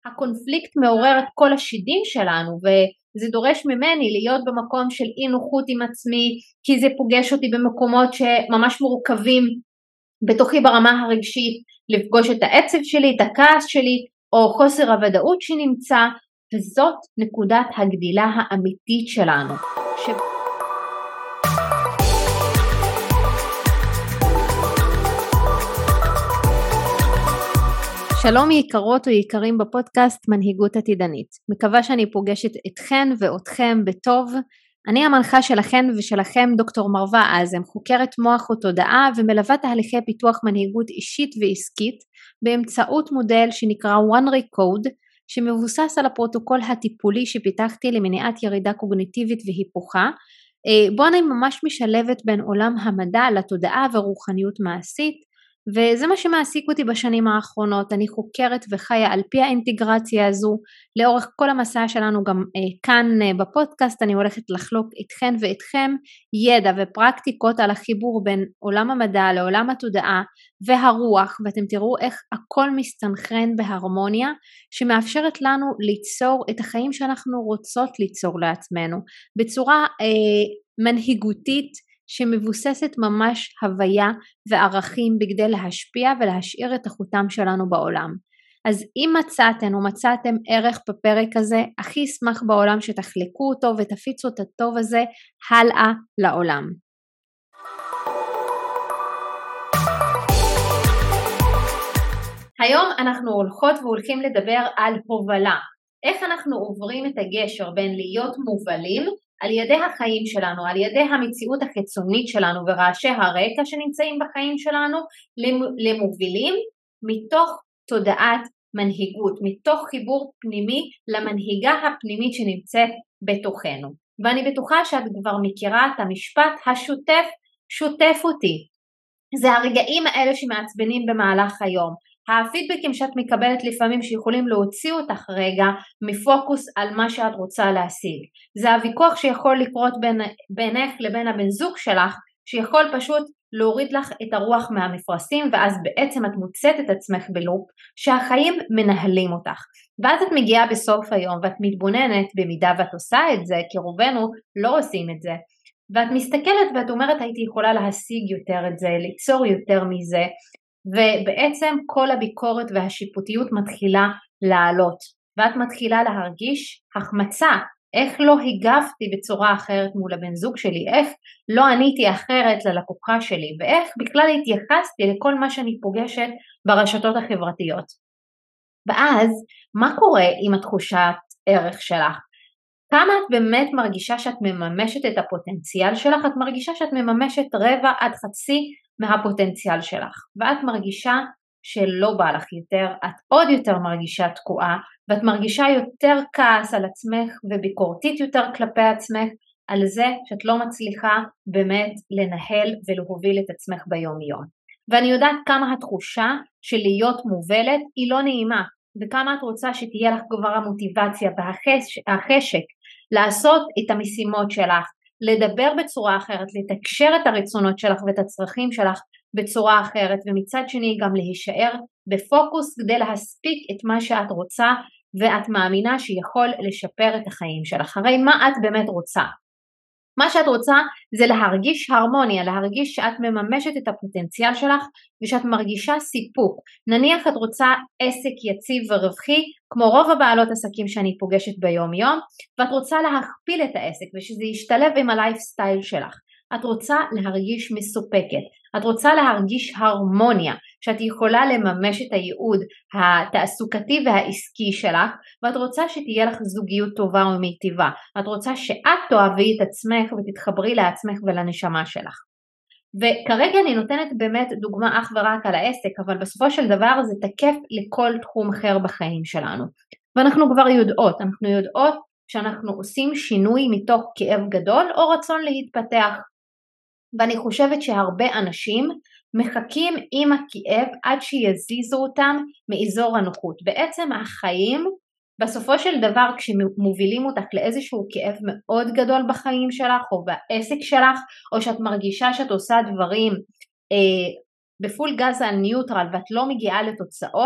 הקונפליקט מעורר את כל השידים שלנו, וזה דורש ממני להיות במקום של אי נוחות עם עצמי, כי זה פוגש אותי במקומות שממש מורכבים בתוכי ברמה הרגשית, לפגוש את העצב שלי, את הכעס שלי, או חוסר הוודאות שנמצא, וזאת נקודת הגדילה האמיתית שלנו. שלום יקרות או יקרים בפודקאסט מנהיגות עתידנית. מקווה שאני פוגשת אתכן ואותכם בטוב. אני המנחה שלכן ושלכם דוקטור מרווה אזם, חוקרת מוח ותודעה ומלווה תהליכי פיתוח מנהיגות אישית ועסקית באמצעות מודל שנקרא One Recode, שמבוסס על הפרוטוקול הטיפולי שפיתחתי למניעת ירידה קוגניטיבית והיפוכה, בו אני ממש משלבת בין עולם המדע לתודעה ורוחניות מעשית, וזה מה שמעסיק אותי בשנים האחרונות. אני חוקרת וחיה על פי האינטגרציה הזו לאורך כל המסע שלנו. גם כאן בפודקאסט אני הולכת לחלוק איתכן ואיתכם ידע ופרקטיקות על החיבור בין עולם המדע לעולם התודעה והרוח, ואתם תראו איך הכל מסתנכרן בהרמוניה שמאפשרת לנו ליצור את החיים שאנחנו רוצות ליצור לעצמנו בצורה מנהיגותית שמבוססת ממש הוויה וערכים בכדי להשפיע ולהשאיר את החותם שלנו בעולם. אז אם מצאתם או מצאתם ערך בפרק הזה, הכי אשמח בעולם שתחלקו אותו ותפיצו את הטוב הזה הלאה לעולם. היום אנחנו הולכות והולכים לדבר על הובלה. איך אנחנו עוברים את הגשר בין להיות מובלים על ידי החיים שלנו, על ידי המציאות החיצונית שלנו ורעשי הרקע שנמצאים בחיים שלנו, למובילים מתוך תודעת מנהיגות, מתוך חיבור פנימי למנהיגה הפנימית שנמצאת בתוכנו. ואני בטוחה שאת כבר מכירה את המשפט השוטף, שוטף אותי. זה הרגעים האלה שמעצבנים במהלך היום. הפידבקים שאת מקבלת לפעמים שיכולים להוציא אותך רגע מפוקוס על מה שאת רוצה להשיג. זה הוויכוח שיכול לקרות בינך לבין הבן זוג שלך, שיכול פשוט להוריד לך את הרוח מהמפרשים, ואז בעצם את מוצאת את עצמך בלופ שהחיים מנהלים אותך. ואז את מגיעה בסוף היום ואת מתבוננת, במידה ואת עושה את זה, כי רובנו לא עושים את זה, ואת מסתכלת ואת אומרת הייתי יכולה להשיג יותר את זה, ליצור יותר מזה, ובעצם כל הביקורת והשיפוטיות מתחילה לעלות, ואת מתחילה להרגיש החמצה, איך לא הגבתי בצורה אחרת מול הבן זוג שלי, איך לא עניתי אחרת ללקוחה שלי, ואיך בכלל התייחסתי לכל מה שאני פוגשת ברשתות החברתיות. ואז מה קורה עם התחושת ערך שלך? כמה את באמת מרגישה שאת מממשת את הפוטנציאל שלך? את מרגישה שאת מממשת רבע עד חצי מהפוטנציאל שלך, ואת מרגישה שלא בא לך יותר, את עוד יותר מרגישה תקועה, ואת מרגישה יותר כעס על עצמך וביקורתית יותר כלפי עצמך, על זה שאת לא מצליחה באמת לנהל ולהוביל את עצמך ביום יום. ואני יודעת כמה התחושה של להיות מובלת היא לא נעימה, וכמה את רוצה שתהיה לך כבר המוטיבציה והחשק לעשות את המשימות שלך, לדבר בצורה אחרת, לתקשר את הרצונות שלך ואת הצרכים שלך בצורה אחרת, ומצד שני גם להישאר בפוקוס כדי להספיק את מה שאת רוצה ואת מאמינה שיכול לשפר את החיים שלך. הרי מה את באמת רוצה? מה שאת רוצה זה להרגיש הרמוניה, להרגיש שאת מממשת את הפוטנציאל שלך ושאת מרגישה סיפוק. נניח את רוצה עסק יציב ורווחי, כמו רוב הבעלות עסקים שאני פוגשת ביום יום, ואת רוצה להכפיל את העסק ושזה ישתלב עם הלייפסטייל שלך. את רוצה להרגיש מסופקת, את רוצה להרגיש הרמוניה, שאת יכולה לממש את הייעוד התעסוקתי והעסקי שלך, ואת רוצה שתהיה לך זוגיות טובה ומיטיבה, את רוצה שאת תאהבי את עצמך ותתחברי לעצמך ולנשמה שלך. וכרגע אני נותנת באמת דוגמה אך ורק על העסק, אבל בסופו של דבר זה תקף לכל תחום אחר בחיים שלנו. ואנחנו כבר יודעות, אנחנו יודעות שאנחנו עושים שינוי מתוך כאב גדול או רצון להתפתח. ואני חושבת שהרבה אנשים מחכים עם הכאב עד שיזיזו אותם מאזור הנוחות. בעצם החיים בסופו של דבר כשמובילים אותך לאיזשהו כאב מאוד גדול בחיים שלך או בעסק שלך, או שאת מרגישה שאת עושה דברים בפול גז על ניוטרל ואת לא מגיעה לתוצאות,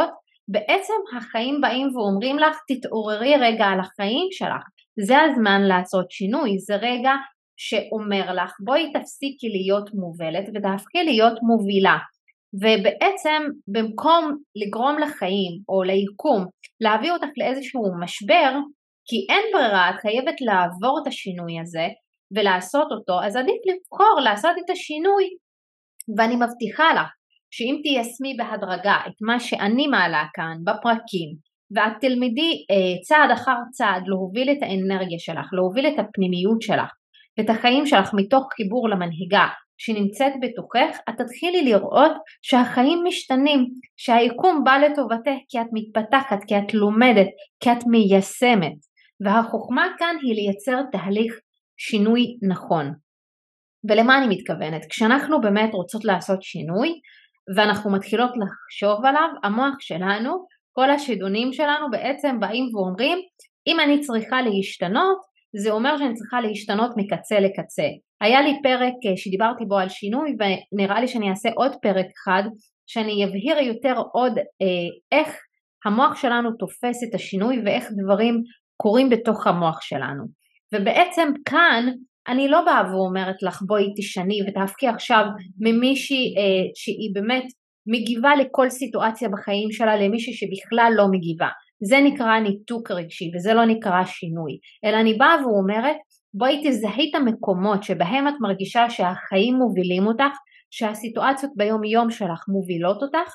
בעצם החיים באים ואומרים לך, תתעוררי רגע על החיים שלך, זה הזמן לעשות שינוי, זה רגע שאומר לך, בואי תפסיקי להיות מובלת ותהפכי להיות מובילה. ובעצם במקום לגרום לחיים או ליקום להביא אותך לאיזשהו משבר, כי אין ברירה, את חייבת לעבור את השינוי הזה ולעשות אותו, אז עדיף לבחור לעשות את השינוי, ואני מבטיחה לך שאם תיישמי בהדרגה את מה שאני מעלה כאן בפרקים, ואת תלמדי צעד אחר צעד להוביל את האנרגיה שלך, להוביל את הפנימיות שלך, את החיים שלך מתוך חיבור למנהיגה שנמצאת בתוכך, את תתחילי לראות שהחיים משתנים, שהיקום בא לטובתך, כי את מתפתחת, כי את לומדת, כי את מיישמת. והחוכמה כאן היא לייצר תהליך שינוי נכון. ולמה אני מתכוונת? כשאנחנו באמת רוצות לעשות שינוי, ואנחנו מתחילות לחשוב עליו, המוח שלנו, כל השדונים שלנו בעצם באים ואומרים, אם אני צריכה להשתנות, זה אומר שאני צריכה להשתנות מקצה לקצה. היה לי פרק שדיברתי בו על שינוי, ונראה לי שאני אעשה עוד פרק אחד, שאני אבהיר יותר עוד איך המוח שלנו תופס את השינוי, ואיך דברים קורים בתוך המוח שלנו. ובעצם כאן אני לא באה ואומרת לך בואי תשני ותהפכי עכשיו ממישהי שהיא באמת מגיבה לכל סיטואציה בחיים שלה למישהי שבכלל לא מגיבה. זה נקרא ניתוק רגשי וזה לא נקרא שינוי. אלא אני באה ואומרת בואי תזהי את המקומות שבהם את מרגישה שהחיים מובילים אותך, שהסיטואציות ביום יום שלך מובילות אותך,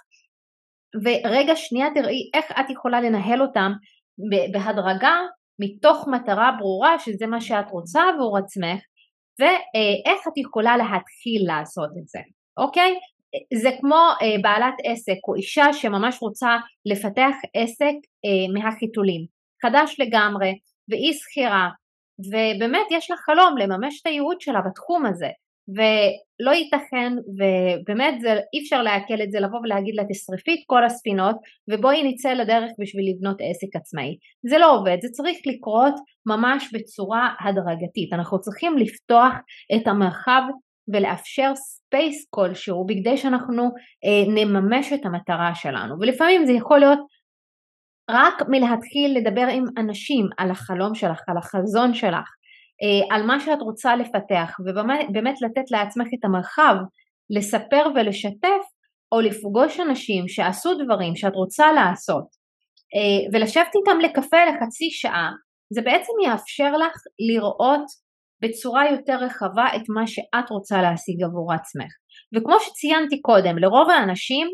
ורגע שנייה תראי איך את יכולה לנהל אותם בהדרגה מתוך מטרה ברורה שזה מה שאת רוצה עבור עצמך, ואיך את יכולה להתחיל לעשות את זה, אוקיי? זה כמו בעלת עסק או אישה שממש רוצה לפתח עסק מהחיתולים, חדש לגמרי, והיא שכירה, ובאמת יש לה חלום לממש את הייעוד שלה בתחום הזה, ולא ייתכן, ובאמת אי אפשר להקל את זה, לבוא ולהגיד לה תשרפי את כל הספינות, ובואי נצא לדרך בשביל לבנות עסק עצמאי. זה לא עובד, זה צריך לקרות ממש בצורה הדרגתית, אנחנו צריכים לפתוח את המרחב, ולאפשר ספייס כלשהו, בכדי שאנחנו נממש את המטרה שלנו, ולפעמים זה יכול להיות, רק מלהתחיל לדבר עם אנשים על החלום שלך, על החזון שלך, על מה שאת רוצה לפתח, ובאמת לתת לעצמך את המרחב, לספר ולשתף, או לפגוש אנשים שעשו דברים שאת רוצה לעשות, ולשבת איתם לקפה לחצי שעה, זה בעצם יאפשר לך לראות בצורה יותר רחבה את מה שאת רוצה להשיג עבור עצמך. וכמו שציינתי קודם, לרוב האנשים,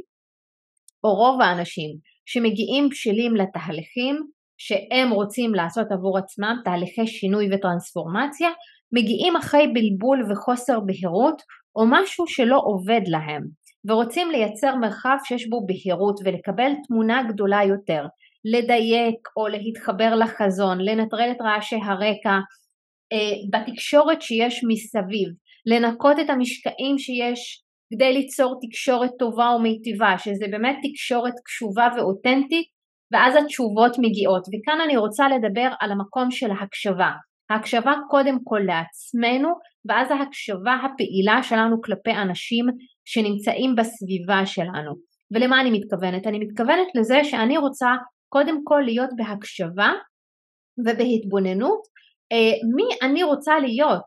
או רוב האנשים שמגיעים בשלים לתהליכים, שהם רוצים לעשות עבור עצמם תהליכי שינוי וטרנספורמציה, מגיעים אחרי בלבול וחוסר בהירות או משהו שלא עובד להם, ורוצים לייצר מרחב שיש בו בהירות ולקבל תמונה גדולה יותר, לדייק או להתחבר לחזון, לנטרל את רעשי הרקע בתקשורת שיש מסביב, לנקות את המשקעים שיש כדי ליצור תקשורת טובה ומיטיבה, שזה באמת תקשורת קשובה ואותנטית, ואז התשובות מגיעות. וכאן אני רוצה לדבר על המקום של ההקשבה. ההקשבה קודם כל לעצמנו, ואז ההקשבה הפעילה שלנו כלפי אנשים שנמצאים בסביבה שלנו. ולמה אני מתכוונת? אני מתכוונת לזה שאני רוצה קודם כל להיות בהקשבה ובהתבוננות, מי אני רוצה להיות,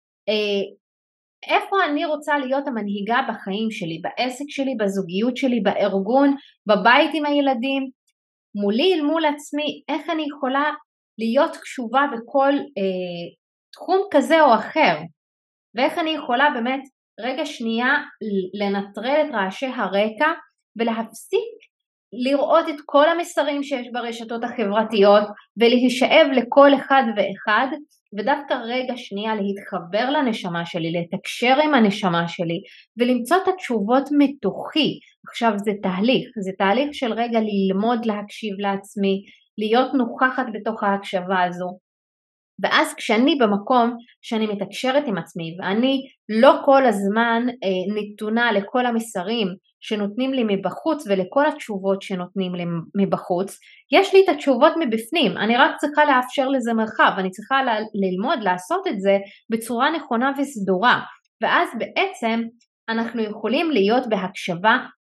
איפה אני רוצה להיות המנהיגה בחיים שלי, בעסק שלי, בזוגיות שלי, בארגון, בבית עם הילדים, מולי מול עצמי, איך אני יכולה להיות קשובה בכל תחום כזה או אחר, ואיך אני יכולה באמת רגע שנייה לנטרל את רעשי הרקע, ולהפסיק לראות את כל המסרים שיש ברשתות החברתיות, ולהישאב לכל אחד ואחד, ודווקא רגע שנייה להתחבר לנשמה שלי, לתקשר עם הנשמה שלי, ולמצוא את התשובות מתוכי. עכשיו זה תהליך של רגע ללמוד להקשיב לעצמי, להיות נוכחת בתוך ההקשבה הזו, ואז כשאני במקום שאני מתקשרת עם עצמי, ואני לא כל הזמן נתונה לכל המסרים שנותנים לי מבחוץ, ולכל התשובות שנותנים לי מבחוץ, יש לי את התשובות מבפנים, אני רק צריכה לאפשר לזה מרחב, אני צריכה ללמוד לעשות את זה בצורה נכונה וסדורה, ואז בעצם אנחנו יכולים להיות בהקשבה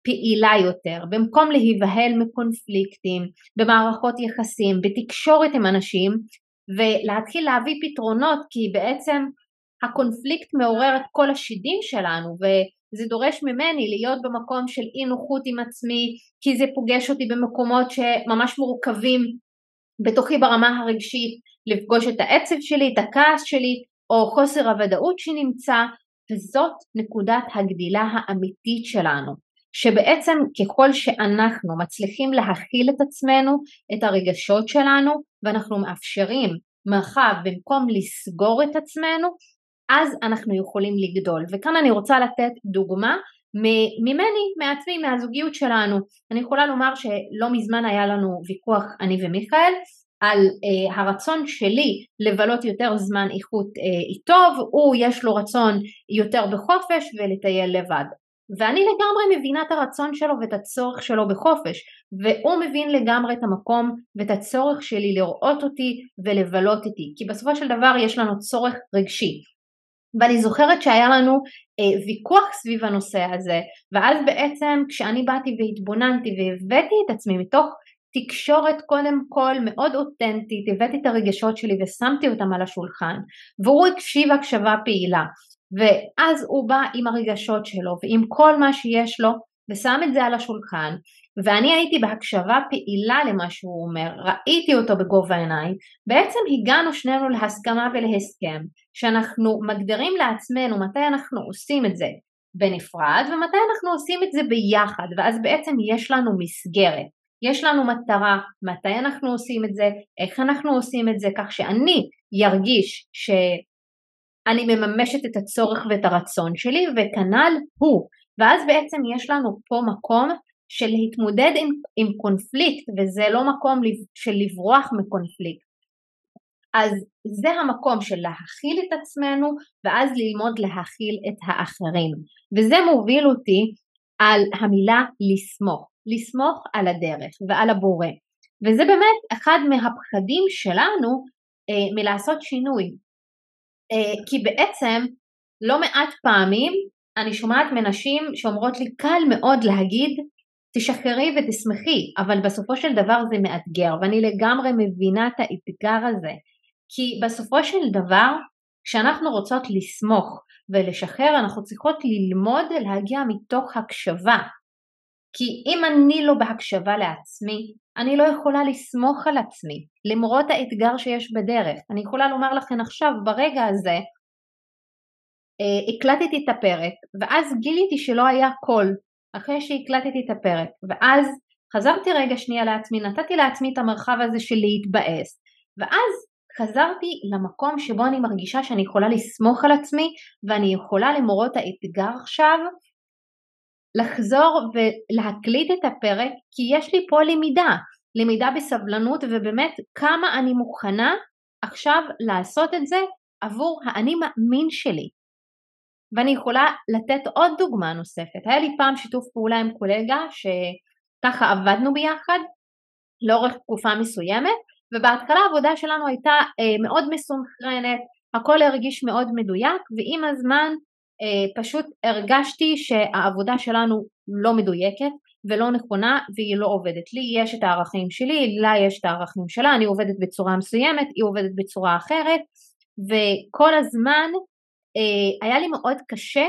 פעילה יותר, במקום להיבהל מקונפליקטים, במערכות יחסים, בתקשורת עם אנשים, ולהתחיל להביא פתרונות, כי בעצם הקונפליקט מעורר את כל השידים שלנו, וזה דורש ממני להיות במקום של אי נוחות עם עצמי, כי זה פוגש אותי במקומות שממש מורכבים בתוכי ברמה הרגשית, לפגוש את העצב שלי, את הכעס שלי, או חוסר הוודאות שנמצא, וזאת נקודת הגדילה האמיתית שלנו, שבעצם ככל שאנחנו מצליחים להכיל את עצמנו, את הרגשות שלנו, ואנחנו מאפשרים מרחב במקום לסגור את עצמנו, אז אנחנו יכולים לגדול. וכאן אני רוצה לתת דוגמה ממני, מעצמי, מהזוגיות שלנו. אני יכולה לומר שלא מזמן היה לנו ויכוח, אני ומיכאל, על הרצון שלי לבלות יותר זמן איכות איתו, הוא יש לו רצון יותר בחופש ולטייל לבד. ואני לגמרי מבינה את הרצון שלו ואת הצורך שלו בחופש, והוא מבין לגמרי את המקום ואת הצורך שלי לראות אותי ולבלות איתי, כי בסופו של דבר יש לנו צורך רגשי. ואני זוכרת שהיה לנו ויכוח סביב הנושא הזה, ואז בעצם כשאני באתי והתבוננתי והבאתי את עצמי מתוך תקשורת קודם כל מאוד אותנטית, הבאתי את הרגשות שלי ושמתי אותם על השולחן, והוא הקשיב הקשבה פעילה, ואז הוא בא עם הרגשות שלו ועם כל מה שיש לו ושם את זה על השולחן, ואני הייתי בהקשבה פעילה למה שהוא אומר, ראיתי אותו בגובה העיניים. בעצם הגענו שנינו להסכמה ולהסכם שאנחנו מגדירים לעצמנו מתי אנחנו עושים את זה בנפרד ומתי אנחנו עושים את זה ביחד, ואז בעצם יש לנו מסגרת, יש לנו מטרה, מתי אנחנו עושים את זה, איך אנחנו עושים את זה, כך שאני ירגיש שאני מממשת את הצורך ואת הרצון שלי, וכנ"ל הוא. ואז בעצם יש לנו פה מקום של להתמודד עם קונפליקט, וזה לא מקום של לברוח מקונפליקט. אז זה המקום של להכיל את עצמנו, ואז ללמוד להכיל את האחרים. וזה מוביל אותי על המילה לסמוך. לסמוך על הדרך ועל הבורא. וזה באמת אחד מהפחדים שלנו מלעשות שינוי. כי בעצם לא מעט פעמים אני שומעת מנשים שאומרות לי קל מאוד להגיד תשחררי ותשמחי, אבל בסופו של דבר זה מאתגר, ואני לגמרי מבינה את האתגר הזה. כי בסופו של דבר כשאנחנו רוצות לסמוך ולשחרר, אנחנו צריכות ללמוד להגיע מתוך הקשבה. כי אם אני לא בהקשבה לעצמי, אני לא יכולה לסמוך על עצמי, למרות האתגר שיש בדרך. אני יכולה לומר לכם עכשיו, ברגע הזה, הקלטתי את הפרק, ואז גיליתי שלא היה קול, אחרי שהקלטתי את הפרק, ואז חזרתי רגע שנייה לעצמי, נתתי לעצמי את המרחב הזה של להתבאס, ואז חזרתי למקום שבו אני מרגישה שאני יכולה לסמוך על עצמי, ואני יכולה למרות האתגר עכשיו, לחזור ולהקליט את הפרק, כי יש לי פה למידה בסבלנות, ובאמת כמה אני מוכנה עכשיו לעשות את זה עבור האני מאמין שלי. ואני יכולה לתת עוד דוגמה נוספת. היה לי פעם שיתוף פעולה עם קולגה שככה עבדנו ביחד לאורך תקופה מסוימת, ובהתחלה העבודה שלנו הייתה מאוד מסונכרנת, הכל הרגיש מאוד מדויק, ועם הזמן פשוט הרגשתי שהעבודה שלנו לא מדויקת ולא נכונה, והיא לא עובדת. לי יש את הערכים שלי, לה יש את הערכים שלה, אני עובדת בצורה מסוימת, היא עובדת בצורה אחרת, וכל הזמן היה לי מאוד קשה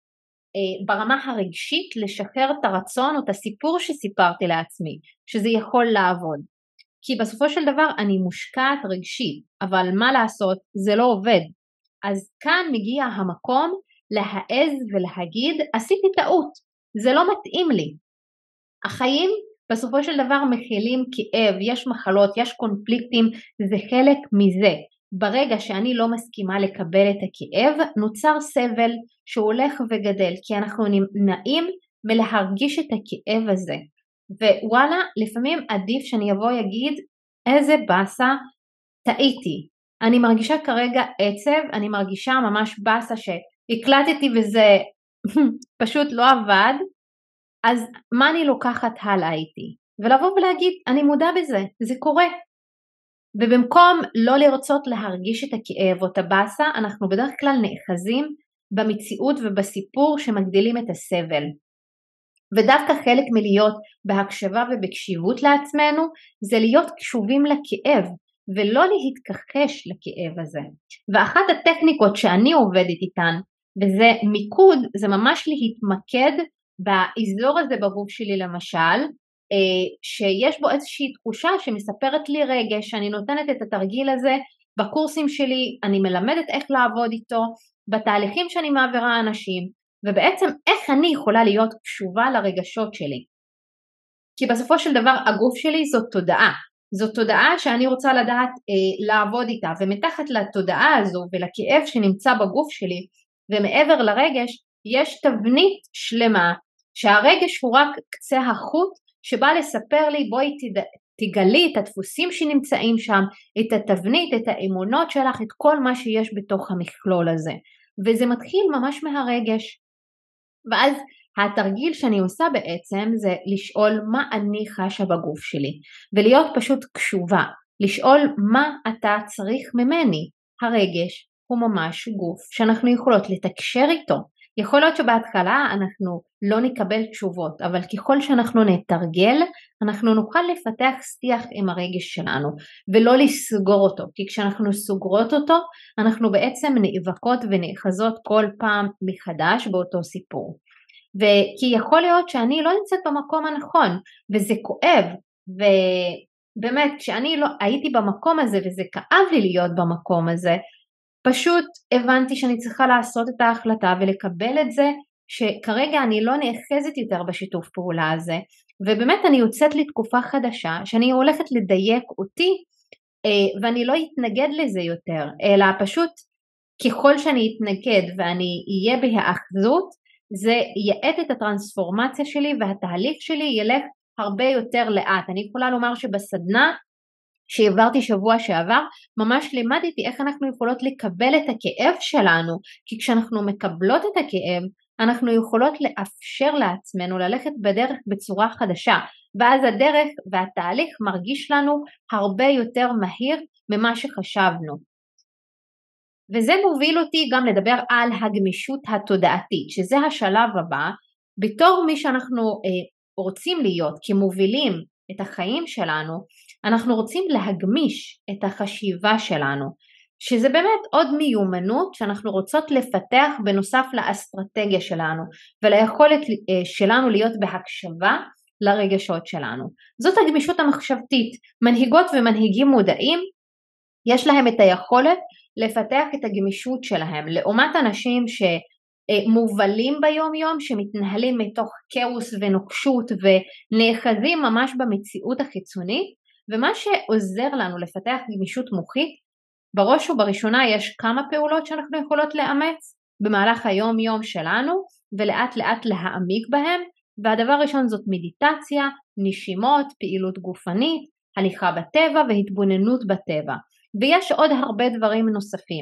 ברמה הרגשית לשחרר את הרצון או את הסיפור שסיפרתי לעצמי, שזה יכול לעבוד. כי בסופו של דבר אני מושקעת רגשית, אבל מה לעשות, זה לא עובד. אז כאן מגיע המקום להעז ולהגיד, עשיתי טעות, זה לא מתאים לי. החיים בסופו של דבר מכילים כאב, יש מחלות, יש קונפליקטים, זה חלק מזה. ברגע שאני לא מסכימה לקבל את הכאב, נוצר סבל שהולך וגדל, כי אנחנו נמנעים מלהרגיש את הכאב הזה. ווואלה, לפעמים עדיף שאני אבוא יגיד, איזה בסה, טעיתי. אני מרגישה כרגע עצב, אני מרגישה ממש בסה שהקלטתי וזה פשוט לא עבד, אז מה אני לוקחת הלאה איתי? ולבוא ולהגיד, אני מודע בזה, זה קורה. ובמקום לא לרצות להרגיש את הכאב או את הבאסה, אנחנו בדרך כלל נאחזים במציאות ובסיפור שמגדילים את הסבל. ודווקא חלק מלהיות בהקשבה ובקשיבות לעצמנו, זה להיות קשובים לכאב, ולא להתכחש לכאב הזה. ואחת הטכניקות שאני עובדת איתן, וזה מיקוד, זה ממש להתמקד באזור הזה בגוף שלי למשל, שיש בו איזושהי תחושה שמספרת לי רגש. אני נותנת את התרגיל הזה בקורסים שלי, אני מלמדת איך לעבוד איתו, בתהליכים שאני מעבירה אנשים, ובעצם איך אני יכולה להיות קשובה לרגשות שלי. כי בסופו של דבר הגוף שלי זאת תודעה, זאת תודעה שאני רוצה לדעת לעבוד איתה, ומתחת לתודעה הזו ולכאב שנמצא בגוף שלי, ומעבר לרגש, יש תבנית שלמה, שהרגש הוא רק קצה החוט, שבא לספר לי בואי תגלי את הדפוסים שנמצאים שם, את התבנית, את האמונות שלך, את כל מה שיש בתוך המכלול הזה. וזה מתחיל ממש מהרגש. ואז התרגיל שאני עושה בעצם זה לשאול מה אני חשה בגוף שלי, ולהיות פשוט קשובה, לשאול מה אתה צריך ממני. הרגש הוא ממש גוף שאנחנו יכולות לתקשר איתו. יכול להיות שבהתחלה אנחנו לא נקבל תשובות, אבל ככל שאנחנו נתרגל, אנחנו נוכל לפתח שיח עם הרגש שלנו, ולא לסגור אותו, כי כשאנחנו סוגרות אותו, אנחנו בעצם נאבקות ונאחזות כל פעם מחדש באותו סיפור. וכי יכול להיות שאני לא נמצאת במקום הנכון, וזה כואב, ובאמת כשאני לא הייתי במקום הזה, וזה כאב לי להיות במקום הזה, פשוט הבנתי שאני צריכה לעשות את ההחלטה ולקבל את זה, שכרגע אני לא נאחזת יותר בשיתוף פעולה הזה, ובאמת אני יוצאת לתקופה חדשה, שאני הולכת לדייק אותי, ואני לא אתנגד לזה יותר, אלא פשוט ככל שאני אתנגד ואני אהיה בהאחזות, זה יעט את הטרנספורמציה שלי, והתהליך שלי ילך הרבה יותר לאט. אני יכולה לומר שבסדנה שהעברתי שבוע שעבר, ממש לימדתי איך אנחנו יכולות לקבל את הכאב שלנו, כי כשאנחנו מקבלות את הכאב, אנחנו יכולות לאפשר לעצמנו ללכת בדרך בצורה חדשה, ואז הדרך והתהליך מרגיש לנו הרבה יותר מהיר ממה שחשבנו. וזה מוביל אותי גם לדבר על הגמישות התודעתית, שזה השלב הבא, בתור מי שאנחנו רוצים להיות כמובילים את החיים שלנו, אנחנו רוצים להגמיש את החשיבה שלנו, שזה באמת עוד מיומנות שאנחנו רוצות לפתח בנוסף לאסטרטגיה שלנו, וליכולת שלנו להיות בהקשבה לרגשות שלנו. זאת הגמישות המחשבתית. מנהיגות ומנהיגים מודעים, יש להם את היכולת לפתח את הגמישות שלהם, לעומת אנשים שמובלים ביום יום, שמתנהלים מתוך כאוס ונוקשות ונאחזים ממש במציאות החיצונית. ומה שעוזר לנו לפתח גמישות מוחית, בראש ובראשונה יש כמה פעולות שאנחנו יכולות לאמץ במהלך היום יום שלנו, ולאט לאט להעמיק בהם. והדבר הראשון זאת מדיטציה, נשימות, פעילות גופנית, הליכה בטבע והתבוננות בטבע. ויש עוד הרבה דברים נוספים,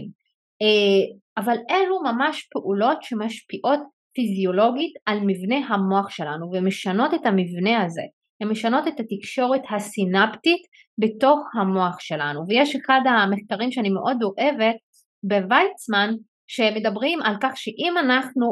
אבל אלו ממש פעולות שמשפיעות פיזיולוגית על מבנה המוח שלנו, ומשנות את המבנה הזה, הן משנות את התקשורת הסינפטית בתוך המוח שלנו. ויש אחד המחקרים שאני מאוד אוהבת בוויצמן, שמדברים על כך שאם אנחנו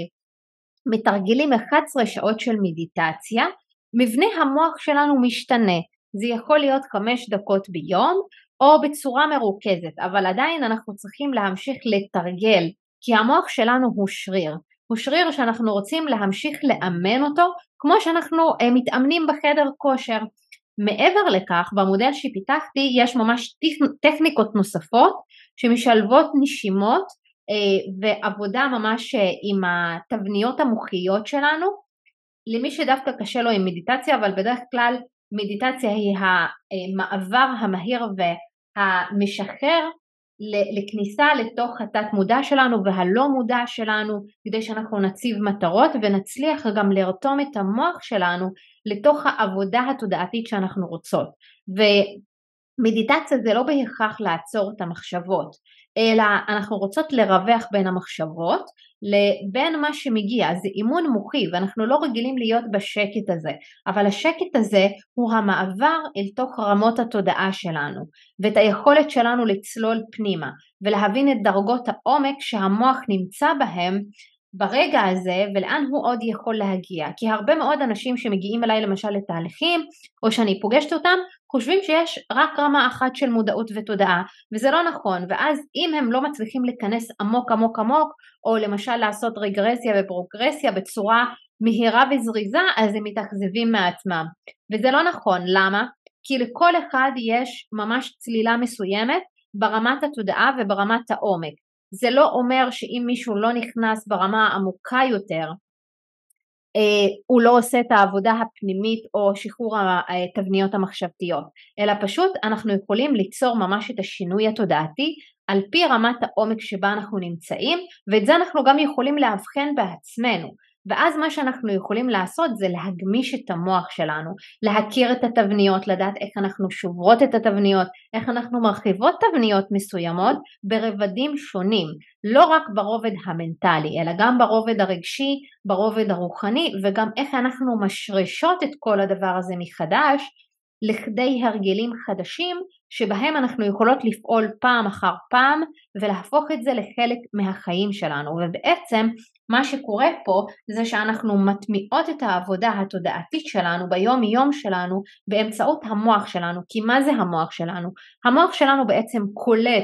מתרגלים 11 שעות של מדיטציה, מבנה המוח שלנו משתנה. זה יכול להיות 5 דקות ביום, או בצורה מרוכזת, אבל עדיין אנחנו צריכים להמשיך לתרגל, כי המוח שלנו הוא שריר. הוא שריר שאנחנו רוצים להמשיך לאמן אותו, כמו שאנחנו מתאמנים בחדר כושר. מעבר לכך, במודל שפיתחתי יש ממש טכניקות נוספות, שמשלבות נשימות, ועבודה ממש עם התבניות המוחיות שלנו, למי שדווקא קשה לו עם מדיטציה, אבל בדרך כלל מדיטציה היא המעבר המהיר והמשחרר לכניסה לתוך התת מודע שלנו והלא מודע שלנו, כדי שאנחנו נציב מטרות ונצליח גם לרתום את המוח שלנו לתוך העבודה התודעתית שאנחנו רוצות. ומדיטציה זה לא בהכרח לעצור את המחשבות, אלא אנחנו רוצות לרווח בין המחשבות לבין מה שמגיע. זה אימון מוחי, ואנחנו לא רגילים להיות בשקט הזה, אבל השקט הזה הוא המעבר אל תוך רמות התודעה שלנו, ואת היכולת שלנו לצלול פנימה ולהבין את דרגות העומק שהמוח נמצא בהם, ברגע הזה ולאן הוא עוד יכול להגיע. כי הרבה מאוד אנשים שמגיעים אליי למשל לתהליכים, או שאני פוגשת אותם, חושבים שיש רק רמה אחת של מודעות ותודעה, וזה לא נכון, ואז אם הם לא מצליחים להיכנס עמוק עמוק עמוק, או למשל לעשות רגרסיה ופרוגרסיה בצורה מהירה וזריזה, אז הם מתאכזבים מעצמם. וזה לא נכון, למה? כי לכל אחד יש ממש צלילה מסוימת ברמת התודעה וברמת העומק. זה לא אומר שאם מישהו לא נכנס ברמה העמוקה יותר, הוא לא עושה את העבודה הפנימית או שחרור התבניות המחשבתיות, אלא פשוט אנחנו יכולים ליצור ממש את השינוי התודעתי על פי רמת העומק שבה אנחנו נמצאים, ואת זה אנחנו גם יכולים להבחן בעצמנו. ואז מה שאנחנו יכולים לעשות זה להגמיש את המוח שלנו, להכיר את התבניות, לדעת איך אנחנו שוברות את התבניות, איך אנחנו מרחיבות תבניות מסוימות ברבדים שונים, לא רק ברובד המנטלי, אלא גם ברובד הרגשי, ברובד הרוחני, וגם איך אנחנו משרשות את כל הדבר הזה מחדש, לכדי הרגלים חדשים שבהם אנחנו יכולות לפעול פעם אחר פעם ולהפוך את זה לחלק מהחיים שלנו. ובעצם מה שקורה פה זה שאנחנו מטמיעות את העבודה התודעתית שלנו ביום יום שלנו באמצעות המוח שלנו. כי מה זה המוח שלנו? המוח שלנו בעצם קולט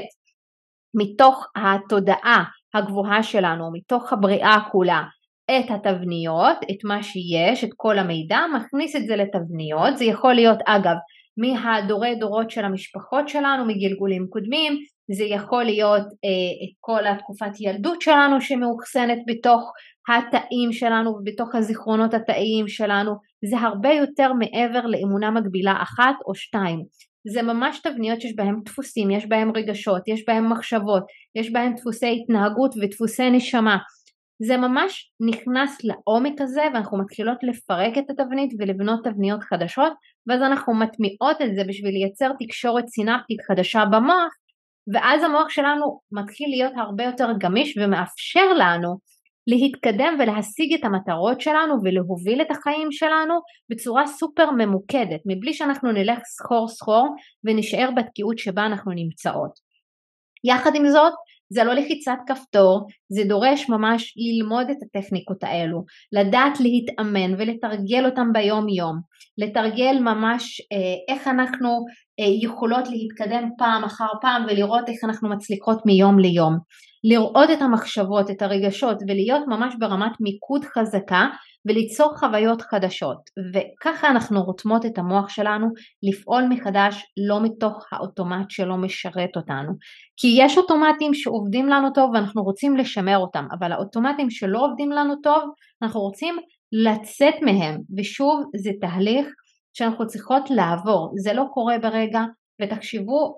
מתוך התודעה הגבוהה שלנו, מתוך הבריאה כולה, את התבניות, את מה שיש, את כל המידע, מכניס את זה לתבניות. זה יכול להיות אגב מהדורי דורות של המשפחות שלנו, מגלגולים קודמים, זה יכול להיות את כל התקופת ילדות שלנו שמאוחסנת בתוך התאים שלנו ובתוך הזיכרונות התאיים שלנו. זה הרבה יותר מעבר לאמונה מגבילה אחת או שתיים. זה ממש תבניות שיש בהם דפוסים, יש בהם רגשות, יש בהם מחשבות, יש בהם דפוסי התנהגות ודפוסי נשמה. זה ממש נכנס לעומק הזה ואנחנו מתחילות לפרק את התבנית ולבנות תבניות חדשות, ואז אנחנו מטמיעות את זה בשביל לייצר תקשורת סינפטית חדשה במוח, ואז המוח שלנו מתחיל להיות הרבה יותר גמיש ומאפשר לנו להתקדם ולהשיג את המטרות שלנו ולהוביל את החיים שלנו בצורה סופר ממוקדת, מבלי שאנחנו נלך סחור סחור ונשאר בתקיעות שבה אנחנו נמצאות. יחד עם זאת, זה לא לחיצת כפתור, זה דורש ממש ללמוד את הטכניקות האלו, לדעת להתאמן ולתרגל אותם ביום יום, לתרגל ממש איך אנחנו יכולות להתקדם פעם אחר פעם ולראות איך אנחנו מצליחות מיום ליום, לראות את המחשבות, את הרגשות ולהיות ממש ברמת מיקוד חזקה וליצור חוויות חדשות, וככה אנחנו רותמות את המוח שלנו לפעול מחדש, לא מתוך האוטומט שלא משרת אותנו. כי יש אוטומטים שעובדים לנו טוב ואנחנו רוצים לשמר אותם, אבל האוטומטים שלא עובדים לנו טוב אנחנו רוצים לצאת מהם, ושוב זה תהליך שאנחנו צריכות לעבור, זה לא קורה ברגע. ותחשבו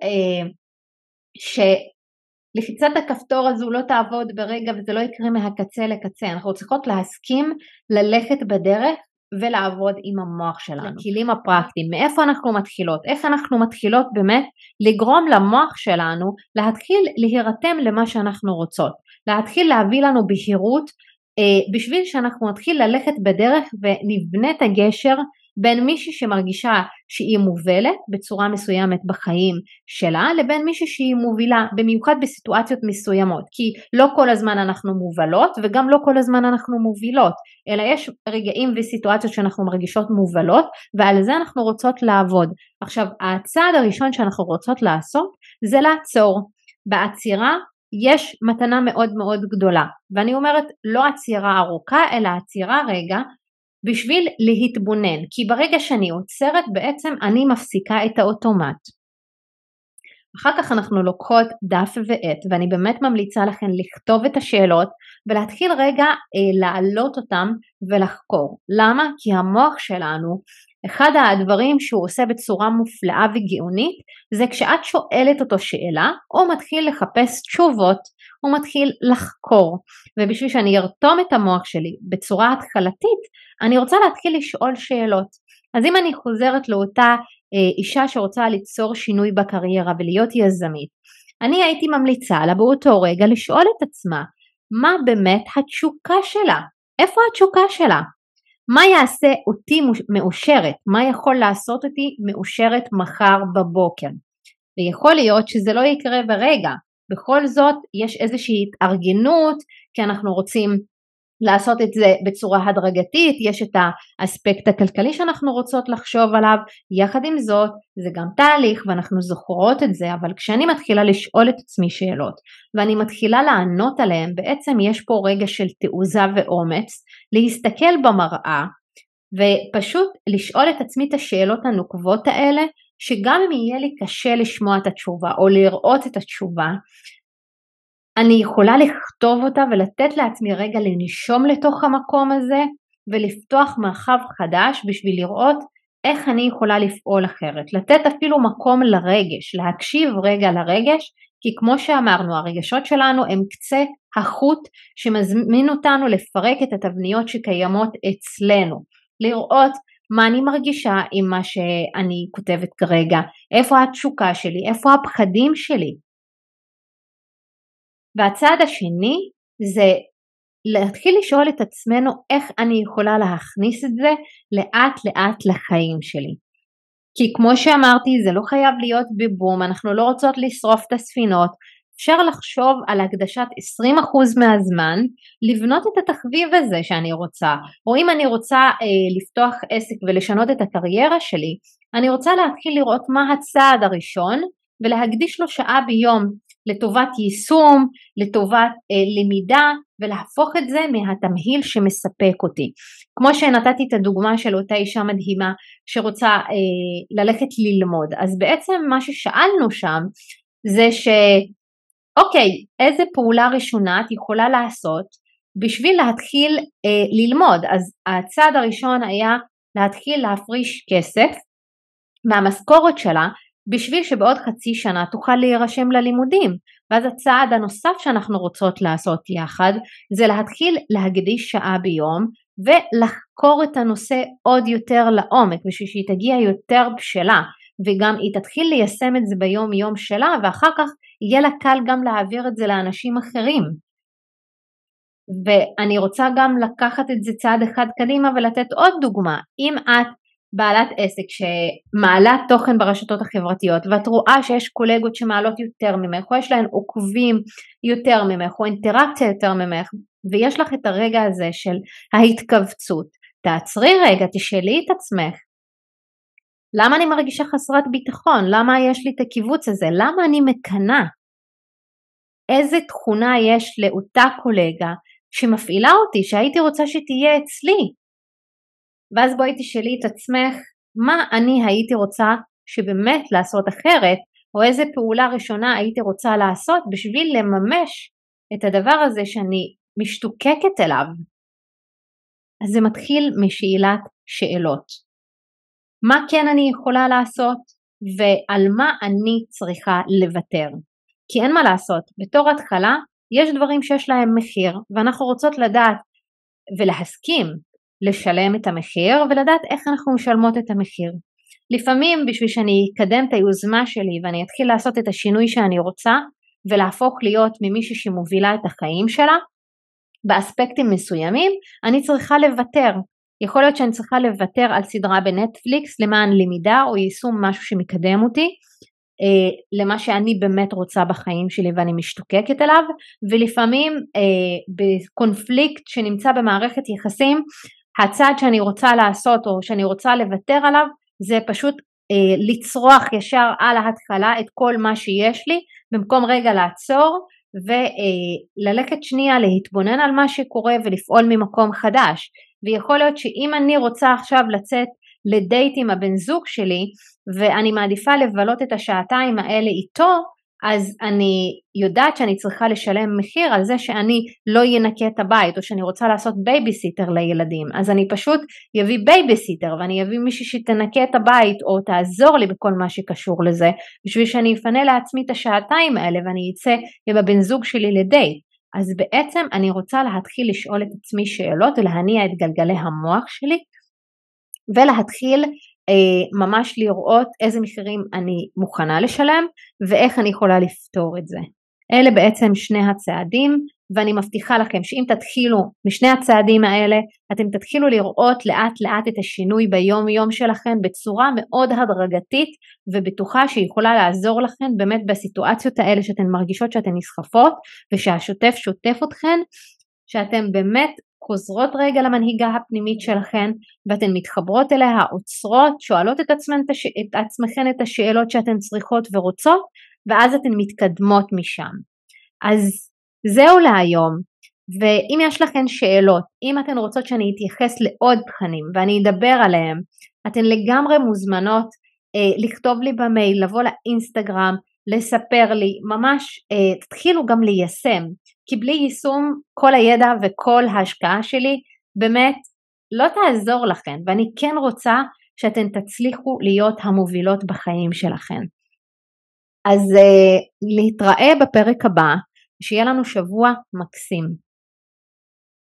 שלחיצת הכפתור הזו לא תעבוד ברגע וזה לא יקרה מהקצה לקצה, אנחנו צריכות להסכים ללכת בדרך ולעבוד עם המוח שלנו. הכלים הפרקטיים, מאיפה אנחנו מתחילות, איך אנחנו מתחילות באמת לגרום למוח שלנו להתחיל להירתם למה שאנחנו רוצות, להתחיל להביא לנו בהירות, בשביל שאנחנו נתחיל ללכת בדרך ונבנה את הגשר בין מישהי שמרגישה שהיא מובלת בצורה מסוימת בחיים שלה, לבין מישהי שהיא מובילה, במיוחד בסיטואציות מסוימות, כי לא כל הזמן אנחנו מובלות וגם לא כל הזמן אנחנו מובילות, אלא יש רגעים וסיטואציות שאנחנו מרגישות מובלות, ועל זה אנחנו רוצות לעבוד. עכשיו, הצעד הראשון שאנחנו רוצות לעשות זה לעצור. בעצירה יש מתנה מאוד מאוד גדולה, ואני אומרת לא עצירה ארוכה אלא עצירה רגע בשביל להתבונן, כי ברגע שאני עוצרת בעצם אני מפסיקה את האוטומט. אחר כך אנחנו לוקחות דף ועט, ואני באמת ממליצה לכם לכתוב את השאלות ולהתחיל רגע להעלות אותם ולחקור. למה? כי המוח שלנו, אחד הדברים שהוא עושה בצורה מופלאה וגאונית, זה כשאת שואלת אותו שאלה, הוא מתחיל לחפש תשובות, הוא מתחיל לחקור. ובשביל שאני ארתום את המוח שלי בצורה התחלתית, אני רוצה להתחיל לשאול שאלות. אז אם אני חוזרת לאותה אישה שרוצה ליצור שינוי בקריירה ולהיות יזמית, אני הייתי ממליצה לה באותו רגע לשאול את עצמה, מה באמת התשוקה שלה? איפה התשוקה שלה? מה יעשה אותי מאושרת? מה יכול לעשות אותי מאושרת מחר בבוקר? ויכול להיות שזה לא יקרה ברגע, בכל זאת יש איזושהי התארגנות, כי אנחנו רוצים לעשות את זה בצורה הדרגתית, יש את האספקט הכלכלי שאנחנו רוצות לחשוב עליו, יחד עם זאת זה גם תהליך ואנחנו זוכרות את זה, אבל כשאני מתחילה לשאול את עצמי שאלות ואני מתחילה לענות עליהן, בעצם יש פה רגע של תעוזה ואומץ, להסתכל במראה ופשוט לשאול את עצמי את השאלות הנוקבות האלה, שגם אם יהיה לי קשה לשמוע את התשובה או לראות את התשובה, אני יכולה לכתוב אותה ולתת לעצמי רגע לנשום לתוך המקום הזה ולפתוח מרחב חדש בשביל לראות איך אני יכולה לפעול אחרת, לתת אפילו מקום לרגש, להקשיב רגע לרגש, כי כמו שאמרנו הרגשות שלנו הם קצה החוט שמזמין אותנו לפרק את התבניות שקיימות אצלנו, לראות מה אני מרגישה עם מה שאני כותבת כרגע, איפה התשוקה שלי, איפה הפחדים שלי. והצעד השני זה להתחיל לשאול את עצמנו איך אני יכולה להכניס את זה לאט לאט לחיים שלי. כי כמו שאמרתי זה לא חייב להיות בבום, אנחנו לא רוצות לשרוף את הספינות, אפשר לחשוב על הקדשת 20% מהזמן לבנות את התחביב הזה שאני רוצה, או אם אני רוצה לפתוח עסק ולשנות את הקריירה שלי, אני רוצה להתחיל לראות מה הצעד הראשון ולהקדיש לו שעה ביום לטובת יישום, לטובת למידה ולהפוך את זה מהתמהיל שמספק אותי. כמו שנתתי את הדוגמה של אותה אישה מדהימה שרוצה ללכת ללמוד, אז בעצם מה ששאלנו שם זה אוקיי, איזה פעולה ראשונה את יכולה לעשות בשביל להתחיל ללמוד? אז הצעד הראשון היה להתחיל להפריש כסף מהמשכורת שלה, בשביל שבעוד חצי שנה תוכל להירשם ללימודים. ואז הצעד הנוסף שאנחנו רוצות לעשות יחד, זה להתחיל להקדיש שעה ביום, ולחקור את הנושא עוד יותר לעומק, בשביל שהיא תגיע יותר בשלה, וגם היא תתחיל ליישם את זה ביום יום שלה, ואחר כך יהיה לה קל גם להעביר את זה לאנשים אחרים. ואני רוצה גם לקחת את זה צעד אחד קדימה ולתת עוד דוגמה. אם את בעלת עסק שמעלה תוכן ברשתות החברתיות ואת רואה שיש קולגות שמעלות יותר ממך או יש להן עוקבים יותר ממך או אינטראקציה יותר ממך ויש לך את הרגע הזה של ההתכווצות, תעצרי רגע, תשאלי את עצמך, למה אני מרגישה חסרת ביטחון? למה יש לי את הקיבוץ הזה? למה אני מקנה? איזה תכונה יש לאותה קולגה שמפעילה אותי, שהייתי רוצה שתהיה אצלי? ואז בואי תשאלי את עצמך, מה אני הייתי רוצה שבאמת לעשות אחרת, או איזה פעולה ראשונה הייתי רוצה לעשות בשביל לממש את הדבר הזה שאני משתוקקת אליו. אז זה מתחיל משאלת שאלות. מה כן אני יכולה לעשות, ועל מה אני צריכה לוותר? כי אין מה לעשות, בתור התחלה יש דברים שיש להם מחיר, ואנחנו רוצות לדעת ולהסכים לשלם את המחיר ולדעת איך אנחנו משלמות את המחיר. לפעמים בשביל שאני אקדם את היוזמה שלי ואני אתחיל לעשות את השינוי שאני רוצה ולהפוך להיות ממישהי שמובילה את החיים שלה באספקטים מסוימים, אני צריכה לוותר. יכול להיות שאני צריכה לוותר על סדרה בנטפליקס למען למידה או יישום משהו שמקדם אותי למה שאני באמת רוצה בחיים שלי ואני משתוקקת אליו, ולפעמים בקונפליקט שנמצא במערכת יחסים, הצעד שאני רוצה לעשות או שאני רוצה לוותר עליו זה פשוט לצרוח ישר על ההתחלה את כל מה שיש לי, במקום רגע לעצור וללכת שנייה להתבונן על מה שקורה ולפעול ממקום חדש. ויכול להיות שאם אני רוצה עכשיו לצאת לדייט עם הבן זוג שלי ואני מעדיפה לבלות את השעתיים האלה איתו, אז אני יודעת שאני צריכה לשלם מחיר על זה שאני לא ינקה את הבית, או שאני רוצה לעשות בייביסיטר לילדים, אז אני פשוט יביא בייביסיטר ואני אביא מישהי שתנקה את הבית או תעזור לי בכל מה שקשור לזה, בשביל שאני אפנה לעצמי את השעתיים האלה ואני אצא עם הבן זוג שלי לדייט. אז בעצם אני רוצה להתחיל לשאול את עצמי שאלות ולהניע את גלגלי המוח שלי ולהתחיל ממש לראות איזה מחירים אני מוכנה לשלם ואיך אני יכולה לפתור את זה. אלה בעצם שני הצעדים, ואני מבטיחה לכם שאם תתחילו משני הצעדים האלה אתם תתחילו לראות לאט לאט את השינוי ביום יום שלכם בצורה מאוד הדרגתית ובטוחה שיכולה לעזור לכם באמת בסיטואציות האלה שאתן מרגישות שאתן נסחפות ושהשוטף שוטף אתכן, שאתם באמת חוזרות רגע למנהיגה הפנימית שלכן, ואתן מתחברות אליה, עוצרות, שואלות את עצמכן את השאלות שאתן צריכות ורוצות, ואז אתן מתקדמות משם. אז זהו להיום, ואם יש לכן שאלות, אם אתן רוצות שאני אתייחס לעוד תכנים ואני אדבר עליהם, אתן לגמרי מוזמנות לכתוב לי במייל, לבוא לאינסטגרם, לספר לי, ממש תתחילו גם ליישם, כי בלי יישום כל הידע וכל ההשקעה שלי באמת לא תעזור לכן, ואני כן רוצה שאתן תצליחו להיות המובילות בחיים שלכן. אז להתראה בפרק הבא, שיהיה לנו שבוע מקסים.